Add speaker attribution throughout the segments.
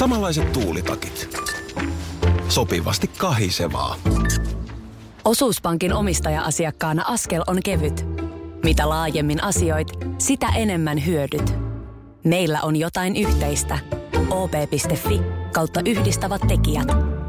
Speaker 1: Samanlaiset tuulitakit. Sopivasti kahisevaa.
Speaker 2: Osuuspankin omistaja-asiakkaana askel on kevyt. Mitä laajemmin asioit, sitä enemmän hyödyt. Meillä on jotain yhteistä. op.fi/yhdistävät tekijät.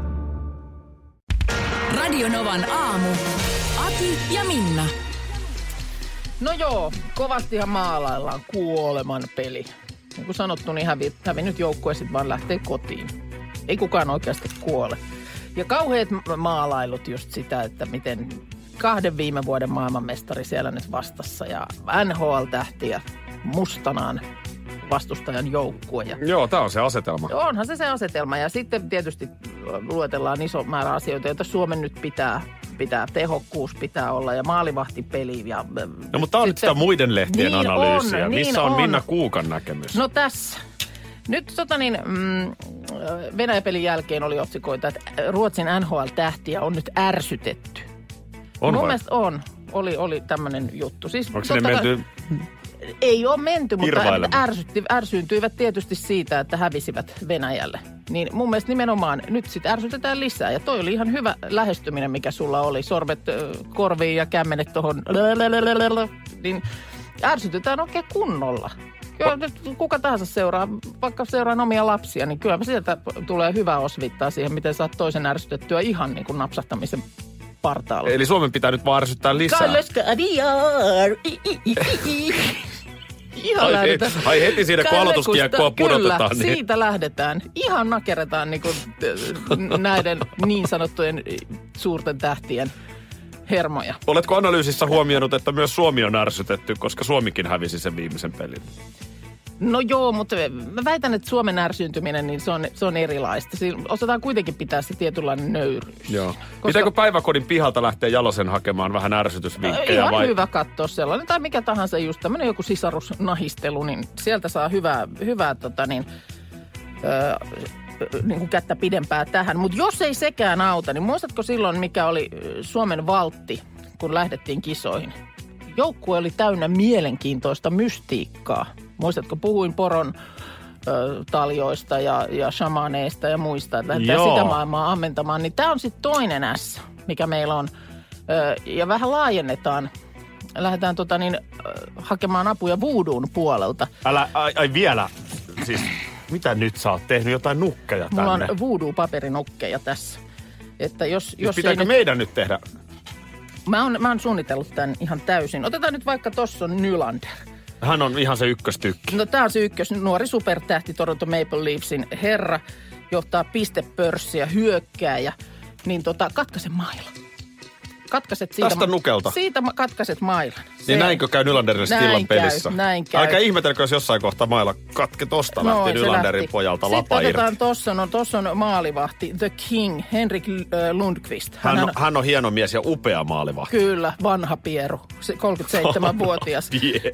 Speaker 3: Radio Novan aamu. Ati ja Minna.
Speaker 4: No joo, kovastihan maalaillaan kuoleman peli. Niin kuin sanottu, niin hävinnyt joukkue sitten vaan lähtee kotiin. Ei kukaan oikeasti kuole. Ja kauheat maalailut just sitä, että miten 2 viime vuoden maailmanmestari siellä nyt vastassa ja NHL-tähti ja mustanaan vastustajan joukkue.
Speaker 5: Joo, tämä on se asetelma.
Speaker 4: Onhan se asetelma ja sitten tietysti luetellaan iso määrä asioita, joita Suomen nyt pitää. Tehokkuus pitää olla ja maalivahtipeli.
Speaker 5: No, mutta tämä on nyt sitä muiden lehtien
Speaker 4: niin
Speaker 5: analyysiä.
Speaker 4: On,
Speaker 5: missä on Minna Kuukan näkemys?
Speaker 4: No tässä. Nyt Venäjä-pelin jälkeen oli otsikoita, että Ruotsin NHL-tähtiä on nyt ärsytetty.
Speaker 5: On
Speaker 4: mun
Speaker 5: vai?
Speaker 4: mielestä on. Oli tämmöinen juttu. Siis,
Speaker 5: onko sinne menty?
Speaker 4: Ei ole menty, mutta ärsyyntyivät tietysti siitä, että hävisivät Venäjälle. Niin mun mielestä nimenomaan nyt sit ärsytetään lisää. Ja toi oli ihan hyvä lähestyminen, mikä sulla oli. Sorvet korviin ja kämmenet tohon. Niin ärsytetään oikein kunnolla. Kyllä nyt kuka tahansa seuraa, vaikka seuraan omia lapsia, niin kyllä sieltä tulee hyvä osvittaa siihen, miten saat toisen ärsytettyä ihan niin kuin napsahtamisen partaalle.
Speaker 5: Eli Suomen pitää nyt vaan ärsyttää lisää.
Speaker 4: Ihan lähdetään.
Speaker 5: Ai heti siinä, kun aloituskiekkoa pudotetaan.
Speaker 4: Kyllä, siitä lähdetään. Ihan nakerretaan niin kuin näiden niin sanottujen suurten tähtien hermoja.
Speaker 5: Oletko analyysissä huomioinut, että myös Suomi on ärsytetty, koska Suomikin hävisi sen viimeisen pelin?
Speaker 4: No joo, mutta mä väitän, että Suomen ärsyyntyminen, niin se on erilaista. Siinä osataan kuitenkin pitää se tietynlainen nöyryys.
Speaker 5: Joo. Pitääkö päiväkodin pihalta lähteä Jalosen hakemaan vähän ärsytysvinkkejä?
Speaker 4: Ihan
Speaker 5: vai?
Speaker 4: hyvä katsoa sellainen, tai mikä tahansa just tämmöinen joku sisarusnahistelu, niin sieltä saa hyvää niin kuin kättä pidempää tähän. Mutta jos ei sekään auta, niin muistatko silloin, mikä oli Suomen valtti, kun lähdettiin kisoihin? Joukkue oli täynnä mielenkiintoista mystiikkaa. Muistatko, puhuin poron taljoista ja shamaneista ja muista, että lähdetään sitä maailmaa ammentamaan. Niin tämä on sitten toinen S, mikä meillä on. Ja vähän laajennetaan. Lähdetään hakemaan apuja voodoo'n puolelta.
Speaker 5: Ai vielä? Siis mitä nyt sä oot tehnyt? Jotain nukkeja tänne?
Speaker 4: Mulla on voodoo-paperinukkeja tässä. Että jos
Speaker 5: pitääkö meidän nyt tehdä?
Speaker 4: Mä oon suunnitellut tämän ihan täysin. Otetaan nyt vaikka tossa on Nylander.
Speaker 5: Hän on ihan se ykköstykki.
Speaker 4: No tää on se nuori supertähti, Toronto Maple Leafsin herra, johtaa pistepörssiä, hyökkääjä. Niin katkaise maila. Katkaset siitä.
Speaker 5: Tästä nukelta.
Speaker 4: Siitä katkaset mailan.
Speaker 5: Niin näinkö käy Nylanderille silloin pelissä?
Speaker 4: Näin käy.
Speaker 5: Älkää ihmetelkö, jos jossain kohtaa maila katke tosta lähti Nylanderin pojalta lapa irti.
Speaker 4: Sitten otetaan tossa on maalivahti, The King, Henrik Lundqvist.
Speaker 5: Hän on hieno mies ja upea maalivahti.
Speaker 4: Kyllä, vanha pieru, 37-vuotias.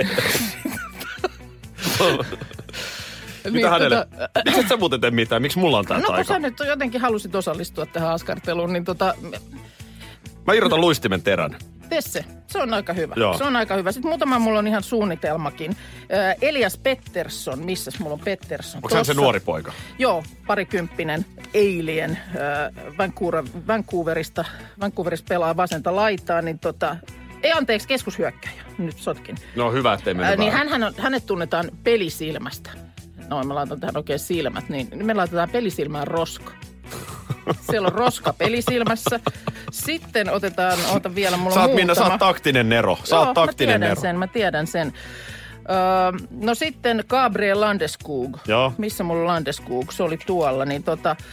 Speaker 5: Mitä hänelle? Miksi et sä muuten tee mitään? Miksi mulla on tää taika?
Speaker 4: No kun sä nyt jotenkin halusit osallistua tähän askarteluun, niin
Speaker 5: Mä irrotan luistimen terän.
Speaker 4: Tee se. Se on aika hyvä.
Speaker 5: Joo.
Speaker 4: Se on aika hyvä. Sitten mulla on ihan suunnitelmakin. Elias Pettersson. Missäs mulla on Pettersson?
Speaker 5: Onko hän se nuori poika?
Speaker 4: Joo, parikymppinen Alien Vancouverista pelaa vasenta laitaa, niin ei anteeksi, keskushyökkäjä. Nyt sotkin.
Speaker 5: No hyvä, ettei mennyt
Speaker 4: niin hänet tunnetaan pelisilmästä. No, mä laitan tähän oikein silmät, niin me laitetaan pelisilmään roska. Siellä on roska pelisilmässä. Sitten ota vielä, mulla on muutama.
Speaker 5: Minna, sä oot taktinen nero.
Speaker 4: Mä tiedän sen. No sitten Gabriel Landeskog.
Speaker 5: Joo.
Speaker 4: Missä mulla on Landeskog? Se oli tuolla. Niin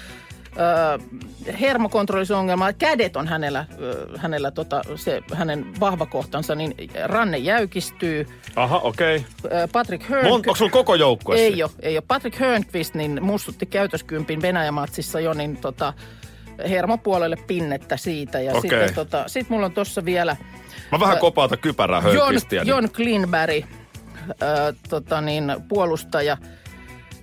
Speaker 4: hermokontrollisongelma. Kädet on hänellä hänen vahva kohtansa, niin ranne jäykistyy.
Speaker 5: Aha, okei.
Speaker 4: Patrick Hörnqvist.
Speaker 5: Onko sulla koko joukkue?
Speaker 4: Ei ole. Patrick Hörnqvist niin mustutti Venäjä-matsissa jo, niin hermopuolelle pinnettä siitä. Ja sitten mulla on tossa vielä
Speaker 5: Mä vähän kopaata kypärää Hörnqvistia.
Speaker 4: John Klingberg, puolustaja,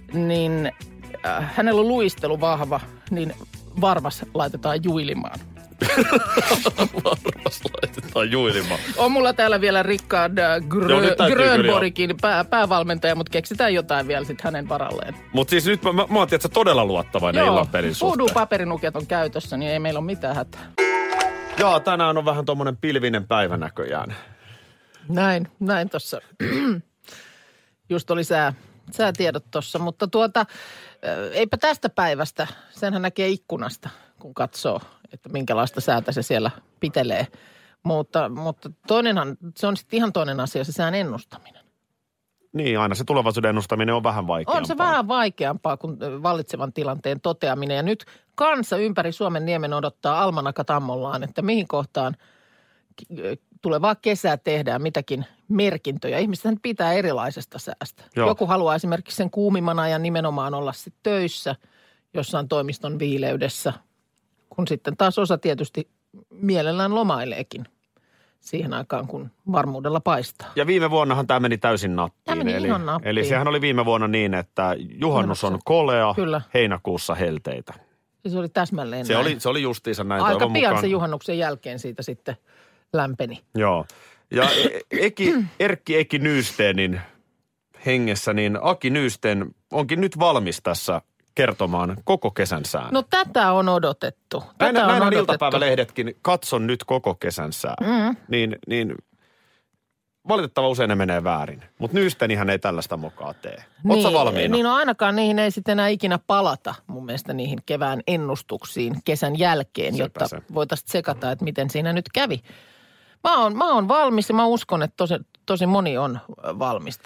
Speaker 4: niin hänellä on luistelu vahva, niin varvas laitetaan juilimaan.
Speaker 5: Varmas laitetaan juilimaan.
Speaker 4: On mulla täällä vielä Rickard Grönborgin päävalmentaja, mutta keksitään jotain vielä sitten hänen varalleen.
Speaker 5: Mutta siis nyt mä oon tietysti todella luottavainen illan pelin suhteen.
Speaker 4: Joo, paperinuket on käytössä, niin ei meillä ole mitään hätää.
Speaker 5: Joo, tänään on vähän tommonen pilvinen päivä näköjään.
Speaker 4: Näin tossa. Just oli säätiedot tossa, mutta eipä tästä päivästä. Senhän näkee ikkunasta, kun katsoo, että minkälaista säätä se siellä pitelee. Mutta toinenhan, se on sitten ihan toinen asia, se sään ennustaminen.
Speaker 5: Niin, aina se tulevaisuuden ennustaminen on vähän vaikeampaa.
Speaker 4: On se vähän vaikeampaa kuin vallitsevan tilanteen toteaminen. Ja nyt kansa ympäri Suomen niemen odottaa almanaka tammollaan, että mihin kohtaan tulevaa kesää tehdään mitäkin merkintöjä. Ihmisethän pitää erilaisesta säästä. Joo. Joku haluaa esimerkiksi sen kuumimman ajan nimenomaan olla sitten töissä jossain toimiston viileydessä, kun sitten taas osa tietysti mielellään lomaileekin siihen aikaan, kun varmuudella paistaa.
Speaker 5: Ja viime vuonnahan tämä meni täysin nappiin.
Speaker 4: Tämä meni ihan nappiin.
Speaker 5: Eli sehän oli viime vuonna niin, että juhannus on kolea,
Speaker 4: kyllä,
Speaker 5: heinäkuussa helteitä.
Speaker 4: Se oli täsmälleen näin.
Speaker 5: Se oli justiinsa näin.
Speaker 4: Aika pian mukaan se juhannuksen jälkeen siitä sitten lämpeni.
Speaker 5: Joo. Ja Erkki Eki Nysteenin hengessä, niin Aki Nysteen onkin nyt valmis tässä kertomaan koko kesän sään.
Speaker 4: No tätä on odotettu.
Speaker 5: Näinhän iltapäivälehdetkin, katson nyt koko kesän sään. Niin valitettava usein ne menee väärin. Mutta Nysteenihän ei tällaista mokaa tee. Ootko valmiina?
Speaker 4: Niin, no ainakaan niihin ei sitten enää ikinä palata mun mielestä niihin kevään ennustuksiin kesän jälkeen, jotta voitaisiin tsekata, että miten siinä nyt kävi. Mä oon valmis ja mä uskon, että tosi moni on valmis.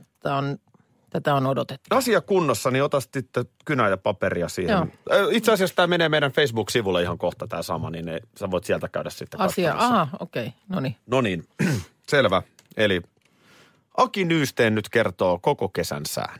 Speaker 4: Tätä on odotettu.
Speaker 5: Asia kunnossa, niin ota sitten kynää ja paperia siihen. Joo. Itse asiassa tämä menee meidän Facebook-sivulle ihan kohta tämä sama, niin sä voit sieltä käydä sitten katsomassa.
Speaker 4: Okei.
Speaker 5: No niin, selvä. Eli Aki Nysteen nyt kertoo koko kesän sään.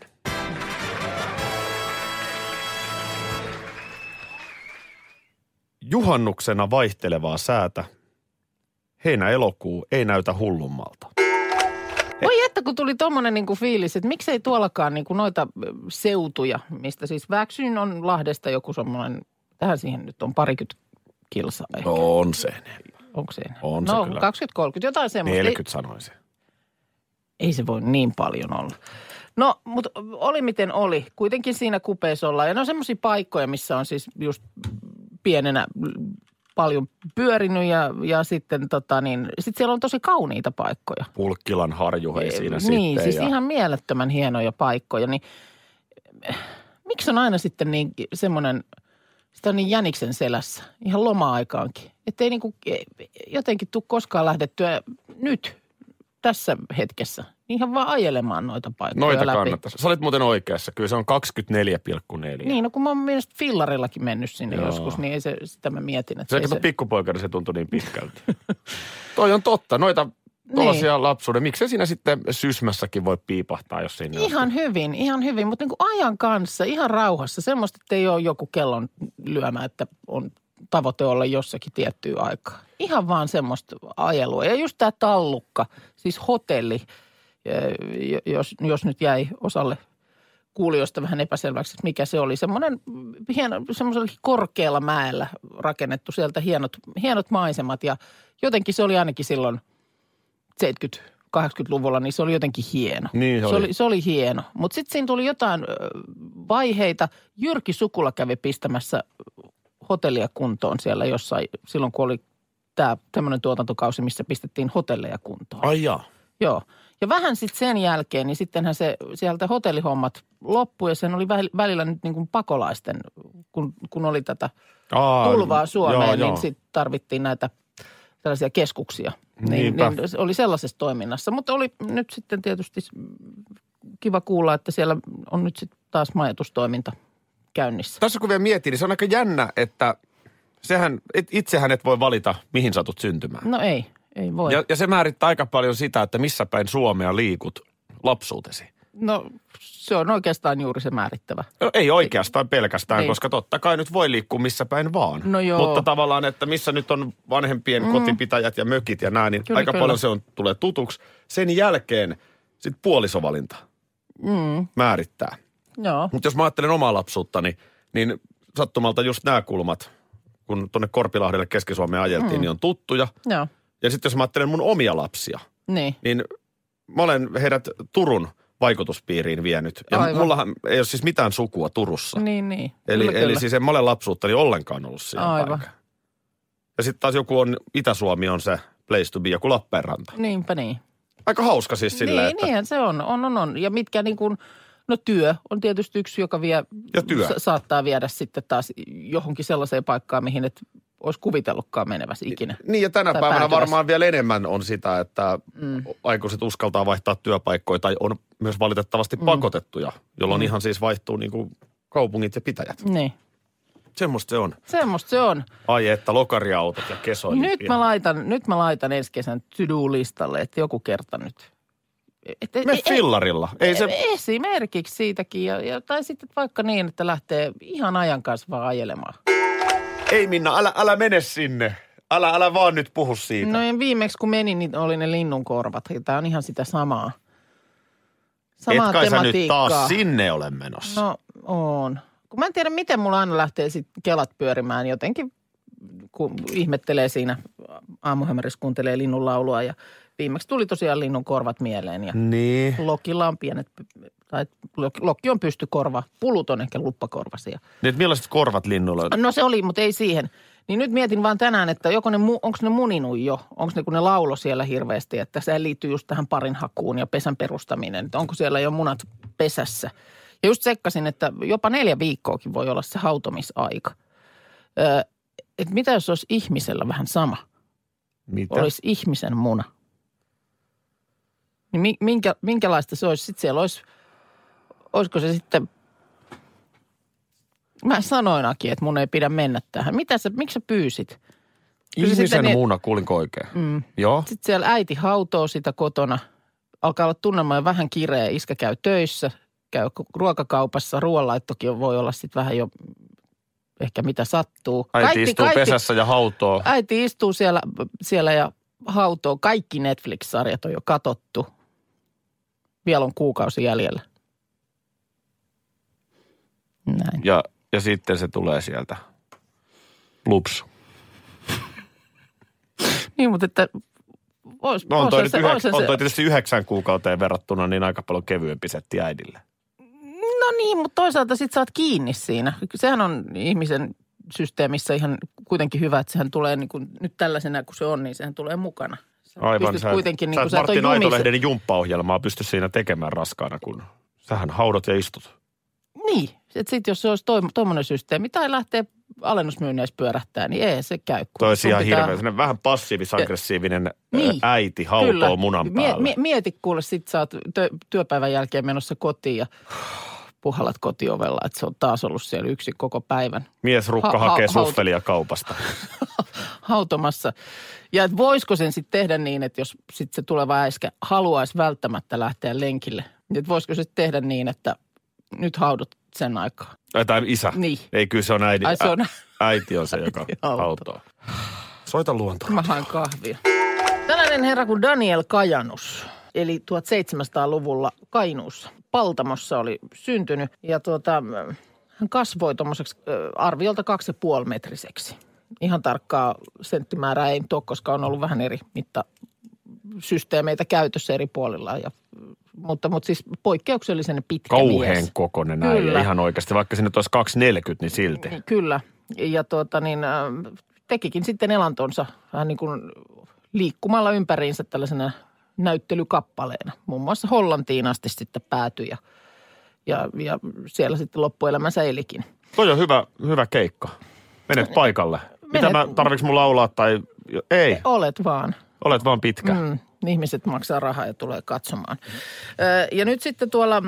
Speaker 5: Juhannuksena vaihtelevaa säätä. Heinä-elokuu ei näytä hullummalta.
Speaker 4: Voi että kun tuli tommonen niinku fiilis, että miksei tuollakaan niinku noita seutuja, mistä siis Väksyn on Lahdesta joku semmoinen, tähän siihen nyt on 20 kilsaa ehkä.
Speaker 5: No on se.
Speaker 4: Onko se?
Speaker 5: On se kyllä.
Speaker 4: 20-30, jotain semmoista.
Speaker 5: 40 sanoisin.
Speaker 4: Ei se voi niin paljon olla. No, mutta oli miten oli. Kuitenkin siinä kupeessa ollaan. Ja ne on semmoisia paikkoja, missä on siis just pienenä paljon pyörinyt ja sitten sit siellä on tosi kauniita paikkoja.
Speaker 5: Pulkkilan harjuhei siinä sitten.
Speaker 4: Niin, siis ihan mielettömän hienoja paikkoja. Niin, miksi on aina sitten niin semmoinen, sitä on niin jäniksen selässä, ihan loma-aikaankin. Että ei niinku jotenkin tule koskaan lähdettyä nyt, tässä hetkessä, ihan vaan ajelemaan noita paikkoja
Speaker 5: noita
Speaker 4: läpi.
Speaker 5: Kannattaisi. Sä olit muuten oikeassa, kyllä se on 24,4.
Speaker 4: Niin, no kun mä oon mielestäni fillarillakin mennyt sinne joskus, niin ei sitä mä mietin. Että
Speaker 5: se pikkupoikana se tuntui niin pitkältä. Toi on totta, noita tuollaisia lapsuuden. Miksei siinä sitten Sysmässäkin voi piipahtaa, jos siinä
Speaker 4: ihan hyvin, mutta niin kuin ajan kanssa, ihan rauhassa. Semmoista, että ei ole joku kellon lyömä, että on tavoite olla jossakin tiettyä aikaa. Ihan vaan semmoista ajelua. Ja just tämä tallukka, siis hotelli, jos nyt jäi osalle kuulijoista vähän epäselväksi, että mikä se oli. Semmoinen semmoisella korkealla mäellä rakennettu sieltä hienot maisemat ja jotenkin se oli ainakin silloin 70-80-luvulla, niin se oli jotenkin hieno.
Speaker 5: Niin
Speaker 4: se oli hieno. Mutta sitten siinä tuli jotain vaiheita. Jyrki Sukula kävi pistämässä hotellia kuntoon siellä jossain, silloin kun oli tämä tämmöinen tuotantokausi, missä pistettiin hotelleja kuntoon.
Speaker 5: Ai jaa.
Speaker 4: Joo. Ja vähän sitten sen jälkeen, niin sittenhän se sieltä hotellihommat loppui ja sen oli välillä nyt niin kuin pakolaisten, kun oli tätä tulvaa Suomeen, niin sitten tarvittiin näitä tällaisia keskuksia. Niin oli sellaisessa toiminnassa, mutta oli nyt sitten tietysti kiva kuulla, että siellä on nyt sitten taas majoitustoiminta käynnissä.
Speaker 5: Tässä kun vielä mietin, niin se on aika jännä, että itsehän et voi valita, mihin satut syntymään.
Speaker 4: No ei voi.
Speaker 5: Ja se määrittää aika paljon sitä, että missä päin Suomea liikut lapsuutesi.
Speaker 4: No se on oikeastaan juuri se määrittävä.
Speaker 5: No, ei oikeastaan pelkästään, koska totta kai nyt voi liikkua missä päin vaan.
Speaker 4: No joo.
Speaker 5: Mutta tavallaan, että missä nyt on vanhempien kotipitäjät ja mökit ja näin, niin aika paljon se tulee tutuksi. Sen jälkeen sitten puolisovalinta määrittää.
Speaker 4: Joo.
Speaker 5: Mutta jos mä ajattelen omaa lapsuuttani, niin sattumalta just nämä kulmat kun tuonne Korpilahdelle Keski-Suomeen ajeltiin, niin on tuttuja.
Speaker 4: Joo.
Speaker 5: Ja sitten jos mä ajattelen mun omia lapsia, niin mä olen heidät Turun vaikutuspiiriin vienyt. Ja
Speaker 4: Aivan.
Speaker 5: mullahan ei ole siis mitään sukua Turussa.
Speaker 4: Niin.
Speaker 5: Eli siis en mä ole lapsuuttani ollenkaan ollut siinä
Speaker 4: Aivan.
Speaker 5: paikalla. Ja sitten taas joku on, Itä-Suomi on se place to be, joku Lappeenranta.
Speaker 4: Niinpä niin.
Speaker 5: Aika hauska siis silleen, että...
Speaker 4: Niinhän se on. Ja mitkä niin kuin, no työ on tietysti yksi, joka vie,
Speaker 5: Ja työ.
Speaker 4: saattaa viedä sitten taas johonkin sellaiseen paikkaan, mihin et olisi kuvitellutkaan meneväsi ikinä.
Speaker 5: Niin ja tänä
Speaker 4: Tai
Speaker 5: päivänä
Speaker 4: päätyväs.
Speaker 5: varmaan vielä enemmän on sitä, että aikuiset uskaltaa vaihtaa työpaikkoja tai on myös valitettavasti pakotettuja, jolloin ihan siis vaihtuu niin kuin kaupungit ja pitäjät.
Speaker 4: Niin.
Speaker 5: Semmosta se on.
Speaker 4: Semmosta se on.
Speaker 5: Ai että lokariautot ja kesoilimpia.
Speaker 4: Nyt mä laitan ensi kesän to-do-listalle, että joku kerta nyt.
Speaker 5: Me fillarilla. Ei se...
Speaker 4: Esimerkiksi siitäkin. Tai sitten vaikka niin, että lähtee ihan ajan kanssa vaan ajelemaan.
Speaker 5: Ei Minna, älä mene sinne. Älä vaan nyt puhu siitä.
Speaker 4: No ja viimeksi kun menin, niin oli ne linnunkorvat. Tämä on ihan sitä samaa. Samaa
Speaker 5: et kai sä
Speaker 4: tematiikkaa.
Speaker 5: nyt taas sinne ole menossa.
Speaker 4: No on. Kun mä en tiedä, miten mulla aina lähtee sitten kelat pyörimään jotenkin, kun ihmettelee siinä aamuhämärissä, kuuntelee linnunlaulua ja viimeksi tuli tosiaan linnunkorvat mieleen ja
Speaker 5: Niin.
Speaker 4: Lokilla on pienet, tai Lokki on pystykorva, pulut on ehkä luppakorvasia.
Speaker 5: Niin, millaiset korvat linnulla on?
Speaker 4: No se oli, mutta ei siihen. Niin nyt mietin vaan tänään, että onko ne muninut jo, onko ne kun ne laulo siellä hirveästi, että se liittyy just tähän parin hakuun ja pesän perustaminen, että onko siellä jo munat pesässä. Ja just tsekkasin, että jopa 4 viikkoakin voi olla se hautomisaika. Että mitä jos olisi ihmisellä vähän sama?
Speaker 5: Mitä?
Speaker 4: Olisi ihmisen muna. Niin minkälaista se olisi? Sitten siellä olisiko se sitten... Mä sanoin Aki, että mun ei pidä mennä tähän. Miksi sä pyysit?
Speaker 5: Ihmisen muna, kuulinko oikein? Joo.
Speaker 4: Sitten siellä äiti hautoo sitä kotona. Alkaa olla tunnelma jo vähän kireä. Iskä käy töissä, käy ruokakaupassa. Ruoanlaittokin voi olla sitten vähän jo ehkä mitä sattuu.
Speaker 5: Äiti istuu pesässä ja hautoo.
Speaker 4: Äiti istuu siellä ja hautoo. Kaikki Netflix-sarjat on jo katsottu. Vielä on kuukausi jäljellä. Näin.
Speaker 5: Ja sitten se tulee sieltä. Lups.
Speaker 4: Niin, mutta että
Speaker 5: on toi tietysti 9 kuukauteen verrattuna niin aika paljon kevyempi setti äidille.
Speaker 4: No niin, mutta toisaalta sit sä oot kiinni siinä. Sehän on ihmisen systeemissä ihan kuitenkin hyvä, että sehän tulee niin kuin, nyt tällaisena kuin se on, niin sehän tulee mukana.
Speaker 5: Aivan, sä
Speaker 4: kuitenkin,
Speaker 5: et Martin Aitolehden jumppaohjelmaa pysty siinä tekemään raskaana, kun sähän haudot ja istut.
Speaker 4: Niin, että sitten jos se olisi tuommoinen systeemi tai lähtee alennusmyynneissä pyörähtää, niin ei se käy.
Speaker 5: Toi olisi ihan hirveä, sellainen vähän passiivis-aggressiivinen äiti hautoo
Speaker 4: kyllä.
Speaker 5: munan päällä.
Speaker 4: Mieti kuule, sit sä oot työpäivän jälkeen menossa kotiin ja puhallat kotiovella, että se on taas ollut siellä yksin koko päivän.
Speaker 5: Miesrukka hakee suffelia kaupasta.
Speaker 4: Hautomassa. Ja että voisiko sen sitten tehdä niin, että jos sitten se tuleva äiskä haluaisi välttämättä lähteä lenkille, niin että voisiko se tehdä niin, että nyt haudut sen aikaa.
Speaker 5: Tai isä.
Speaker 4: Niin.
Speaker 5: Ei, kyllä se on äiti.
Speaker 4: Ai se on...
Speaker 5: Äiti on se, joka hautoo. Soita luontoa.
Speaker 4: Mä haen kahvia. Tällainen herra kuin Daniel Kajanus, eli 1700-luvulla Kainuussa. Paltamossa oli syntynyt ja hän kasvoi tuommoiseksi arviolta 2,5-metriseksi. Ihan tarkkaa senttimäärää ei ole, koska on ollut vähän eri mittasysteemeitä käytössä eri puolilla. Mutta siis poikkeuksellisen pitkä mies.
Speaker 5: Kauheen kokoinen näin ja ihan oikeasti. Vaikka sinne olisi 2,40, niin silti.
Speaker 4: Kyllä. Ja tekikin sitten elantonsa vähän niin kuin liikkumalla ympäriinsä tällaisena näyttelykappaleena. Muun muassa Hollantiin asti sitten päätyi ja siellä sitten loppuelämänsä elikin.
Speaker 5: Toi on hyvä keikka. Menet paikalle. Tarviks mun laulaa tai ei?
Speaker 4: Olet vaan.
Speaker 5: Olet vaan pitkä.
Speaker 4: Ihmiset maksaa rahaa ja tulee katsomaan. Ja nyt sitten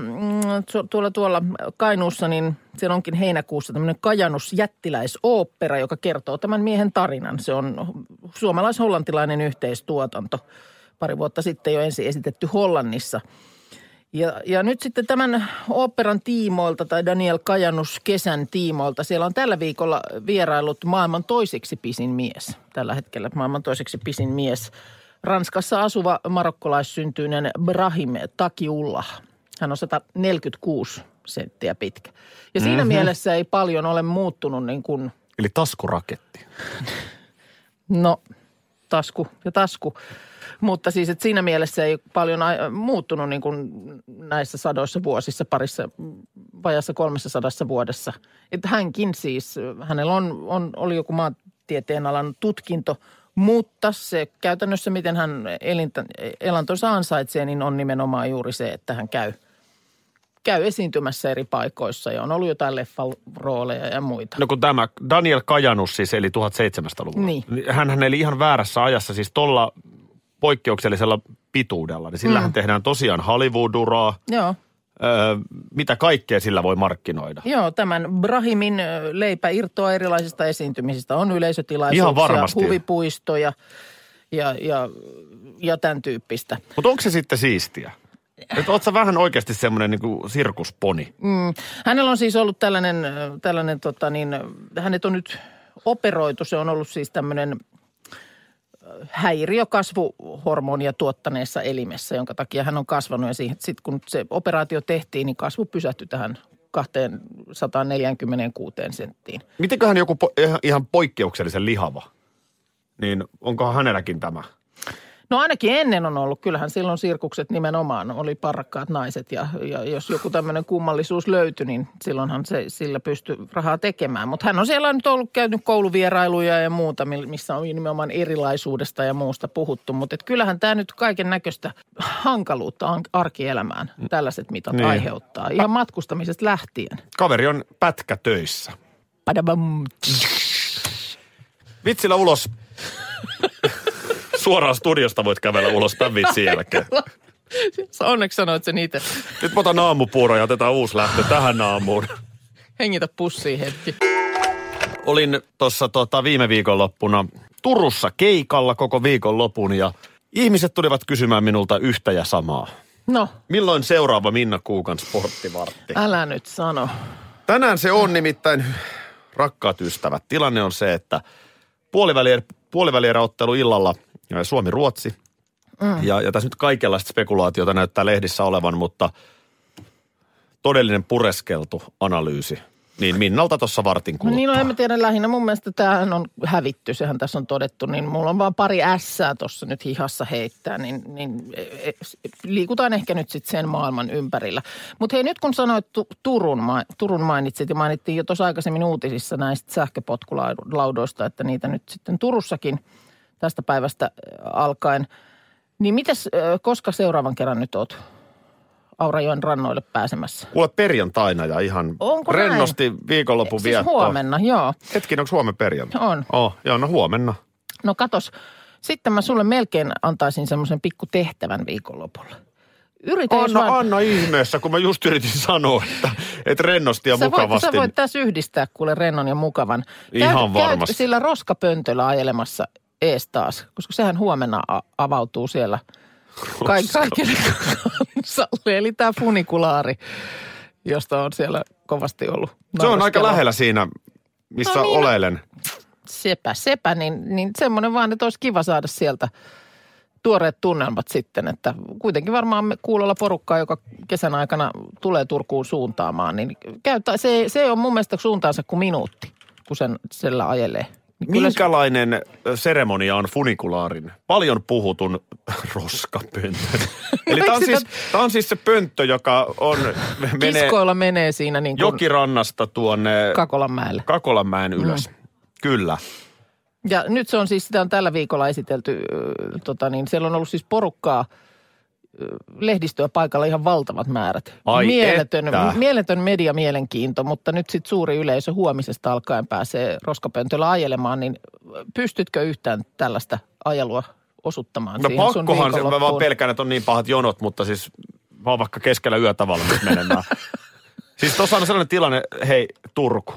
Speaker 4: tuolla Kainuussa, niin siellä onkin heinäkuussa tämmöinen Kajanus jättiläisooppera, joka kertoo tämän miehen tarinan. Se on suomalais-hollantilainen yhteistuotanto. Pari vuotta sitten jo ensin esitetty Hollannissa. Ja nyt sitten tämän oopperan tiimoilta tai Daniel Kajanus kesän tiimoilta, siellä on tällä viikolla vierailut maailman toiseksi pisin mies. Tällä hetkellä maailman toiseksi pisin mies. Ranskassa asuva marokkolaissyntyinen Brahim Takiullah. Hän on 146 senttiä pitkä. Ja siinä mielessä ei paljon ole muuttunut niin kuin
Speaker 5: Eli taskuraketti.
Speaker 4: No, tasku ja tasku. Mutta siis, että siinä mielessä ei paljon muuttunut niin kuin näissä sadoissa vuosissa, vajassa 300 vuodessa. Että hänkin siis, hänellä oli joku maantieteen alan tutkinto, mutta se käytännössä, miten hän elantonsa ansaitsee, niin on nimenomaan juuri se, että hän käy esiintymässä eri paikoissa ja on ollut jotain leffarooleja ja muita.
Speaker 5: No kun tämä Daniel Kajanus siis eli 1700-luvulla.
Speaker 4: Niin.
Speaker 5: Hän eli ihan väärässä ajassa siis tuolla poikkeuksellisella pituudella. Niin sillähän tehdään tosiaan Hollywood-uraa.
Speaker 4: Joo.
Speaker 5: Mitä kaikkea sillä voi markkinoida?
Speaker 4: Joo, tämän Brahimin leipä irtoaa erilaisista esiintymisistä. On yleisötilaisuuksia,
Speaker 5: ihan varmasti.
Speaker 4: Huvipuistoja ja tämän tyyppistä.
Speaker 5: Mutta onko se sitten siistiä? Että oot sä vähän oikeasti semmoinen niinku sirkusponi?
Speaker 4: Hänellä on siis ollut tällainen hänet on nyt operoitu. Se on ollut siis tämmöinen häiriö kasvuhormonia tuottaneessa elimessä, jonka takia hän on kasvanut. Ja sitten kun se operaatio tehtiin, niin kasvu pysähtyi tähän 246 senttiin.
Speaker 5: Mitenköhän joku ihan poikkeuksellisen lihava, niin onkohan hänelläkin tämä?
Speaker 4: No ainakin ennen on ollut. Kyllähän silloin sirkukset nimenomaan oli parrakkaat naiset ja jos joku tämmöinen kummallisuus löytyi, niin silloinhan sillä pystyi rahaa tekemään. Mutta hän on siellä nyt käynyt kouluvierailuja ja muuta, missä on nimenomaan erilaisuudesta ja muusta puhuttu. Mutta kyllähän tämä nyt kaiken näköistä hankaluutta arkielämään tällaiset mitat aiheuttaa. Ihan matkustamisesta lähtien.
Speaker 5: Kaveri on pätkätöissä.
Speaker 4: Padabam.
Speaker 5: Vitsillä ulos. Suoraan studiosta voit kävellä ulos tämän vitsin jälkeen.
Speaker 4: Sä onneksi sanoit sen itse.
Speaker 5: Nyt mä otan aamupuuro ja otetaan uusi lähtö tähän aamuun.
Speaker 4: Hengitä pussiin hetki.
Speaker 5: Olin tuossa viime viikonloppuna Turussa keikalla koko viikonlopun ja ihmiset tulivat kysymään minulta yhtä ja samaa.
Speaker 4: No.
Speaker 5: Milloin seuraava Minna Kuukan sporttivartti?
Speaker 4: Älä nyt sano.
Speaker 5: Tänään se on nimittäin, rakkaat ystävät. Tilanne on se, että puolivälieräottelu illalla Suomi-Ruotsi. Ja tässä nyt kaikenlaista spekulaatiota näyttää lehdissä olevan, mutta todellinen pureskeltu analyysi. Niin Minnalta tuossa vartin kuluttua.
Speaker 4: No niin, en mä tiedä lähinnä. Mun mielestä tämähän on hävitty, sehän tässä on todettu. Niin mulla on vaan pari ässää tuossa nyt hihassa heittää, niin liikutaan ehkä nyt sitten sen maailman ympärillä. Mutta hei, nyt kun sanoit Turun mainitsit ja mainittiin jo tuossa aikaisemmin uutisissa näistä sähköpotkulaudoista, että niitä nyt sitten Turussakin tästä päivästä alkaen. Niin mitäs, koska seuraavan kerran nyt oot Aurajoen rannoille pääsemässä?
Speaker 5: Kuule perjantaina ja ihan onko rennosti näin? Viikonlopun viettoa.
Speaker 4: Siis huomenna, joo.
Speaker 5: Hetkin, onko huomenna perjantai?
Speaker 4: On.
Speaker 5: Joo, no huomenna.
Speaker 4: No katos, sitten mä sulle melkein antaisin semmoisen pikku tehtävän viikonlopulla.
Speaker 5: Anna ihmeessä, kun mä just yritin sanoa, että rennosti ja mukavasti.
Speaker 4: Sä voit tässä yhdistää kuule rennon ja mukavan.
Speaker 5: Ihan varmasti.
Speaker 4: Käyt sillä roskapöntöllä ajelemassa ees taas, koska sehän huomenna avautuu siellä kaikille kansalle. Eli tämä funikulaari, josta on siellä kovasti ollut.
Speaker 5: Se on aika lähellä siinä, missä oleilen.
Speaker 4: Sepä, niin semmoinen vaan, että olisi kiva saada sieltä tuoreet tunnelmat sitten, että kuitenkin varmaan kuulolla porukkaa, joka kesän aikana tulee Turkuun suuntaamaan, niin se on mun mielestä suuntaansa kuin minuutti, kun sillä ajelee.
Speaker 5: Minkälainen seremonia on funikulaarin? Paljon puhutun roskapönttö. Eli tämä on siis se pönttö, joka on...
Speaker 4: Kiskoilla menee siinä niin kuin
Speaker 5: jokirannasta tuonne... Kakolanmäen ylös. Kyllä.
Speaker 4: Ja nyt se on siis, sitä on tällä viikolla esitelty, siellä on ollut siis porukkaa, lehdistöä paikalla ihan valtavat määrät. Mieletön mediamielenkiinto, mutta nyt sitten suuri yleisö huomisesta alkaen pääsee roskapöntöllä ajelemaan, niin pystytkö yhtään tällaista ajelua osuttamaan
Speaker 5: no
Speaker 4: siihen sun
Speaker 5: pakkohan se, mä vaan pelkään, että on niin pahat jonot, mutta siis mä oon vaikka keskellä yötä valmis menemään. Siis tuossa on sellainen tilanne, hei Turku.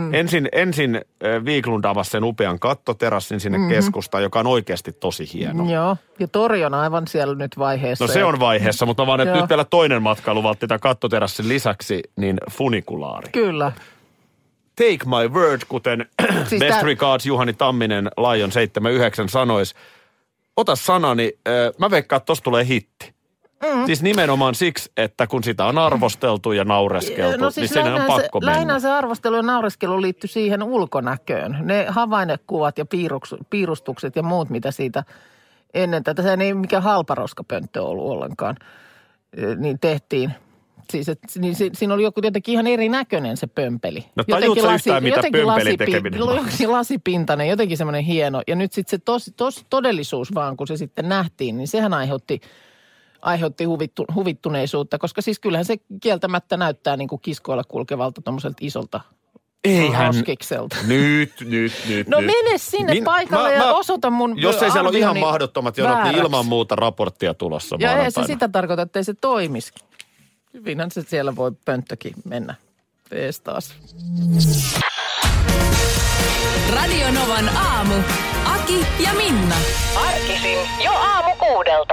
Speaker 5: Ensin Viiklund avasi sen upean kattoterassin sinne keskustaan, joka on oikeasti tosi hieno.
Speaker 4: Joo, ja tori on aivan siellä nyt vaiheessa.
Speaker 5: No se on vaiheessa, mutta vaan, että nyt vielä toinen matkailuvaltti tämän kattoterassin lisäksi, niin funikulaari.
Speaker 4: Kyllä.
Speaker 5: Take my word, kuten siis Best Regards Juhani Tamminen Lion 79 sanoisi. Ota sanani, mä veikkaan, että tossa tulee hitti. Siis nimenomaan siksi, että kun sitä on arvosteltu ja naureskeltu,
Speaker 4: no siis
Speaker 5: niin siinä on pakko mennä.
Speaker 4: lähinnä se arvostelu ja naureskelu liittyy siihen ulkonäköön. Ne havainnekuvat ja piirustukset ja muut, mitä siitä ennen tätä. Se ei mikään halparoskapönttö ollut ollenkaan, niin tehtiin. Siis, siinä oli joku jotenkin ihan erinäköinen se pömpeli.
Speaker 5: No tajuutko yhtään, mitä pömpeli tekeminen on?
Speaker 4: Jotenkin lasipintainen, jotenkin semmoinen hieno. Ja nyt sitten se todellisuus vaan, kun se sitten nähtiin, niin sehän aiheutti huvittuneisuutta. Koska siis kyllähän se kieltämättä näyttää niin kuin kiskoilla kulkevalta tommoselta isolta roskikselta.
Speaker 5: Nyt.
Speaker 4: No mene sinne paikalle ja osoita mun
Speaker 5: jos ei siellä ole ihan mahdottomat jonot,
Speaker 4: vääräksi.
Speaker 5: niin ilman muuta raporttia tulossa
Speaker 4: Ja
Speaker 5: maanantaina.
Speaker 4: ei se sitä tarkoita, että ei se toimisi. Hyvinhän se siellä voi pönttökin mennä. Vees taas.
Speaker 3: Radio Novan aamu. Aki ja Minna.
Speaker 2: Arkisin jo aamu 6:00.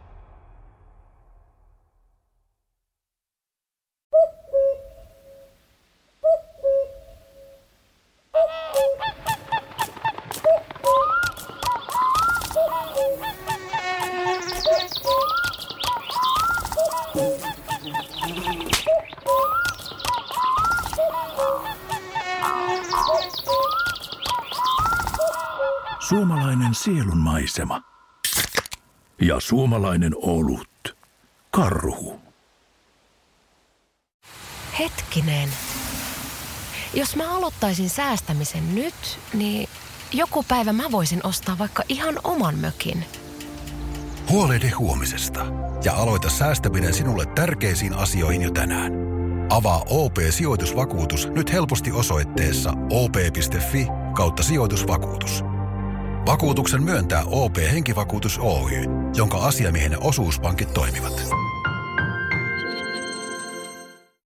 Speaker 6: Suomalainen sielunmaisema ja suomalainen olut. Karhu.
Speaker 7: Hetkinen. Jos mä aloittaisin säästämisen nyt, niin joku päivä mä voisin ostaa vaikka ihan oman mökin.
Speaker 8: Huolehdi huomisesta ja aloita säästäminen sinulle tärkeisiin asioihin jo tänään. Avaa OP-sijoitusvakuutus nyt helposti osoitteessa op.fi/sijoitusvakuutus. Vakuutuksen myöntää OP-henkivakuutus Oy, jonka asiamiehen osuuspankit toimivat.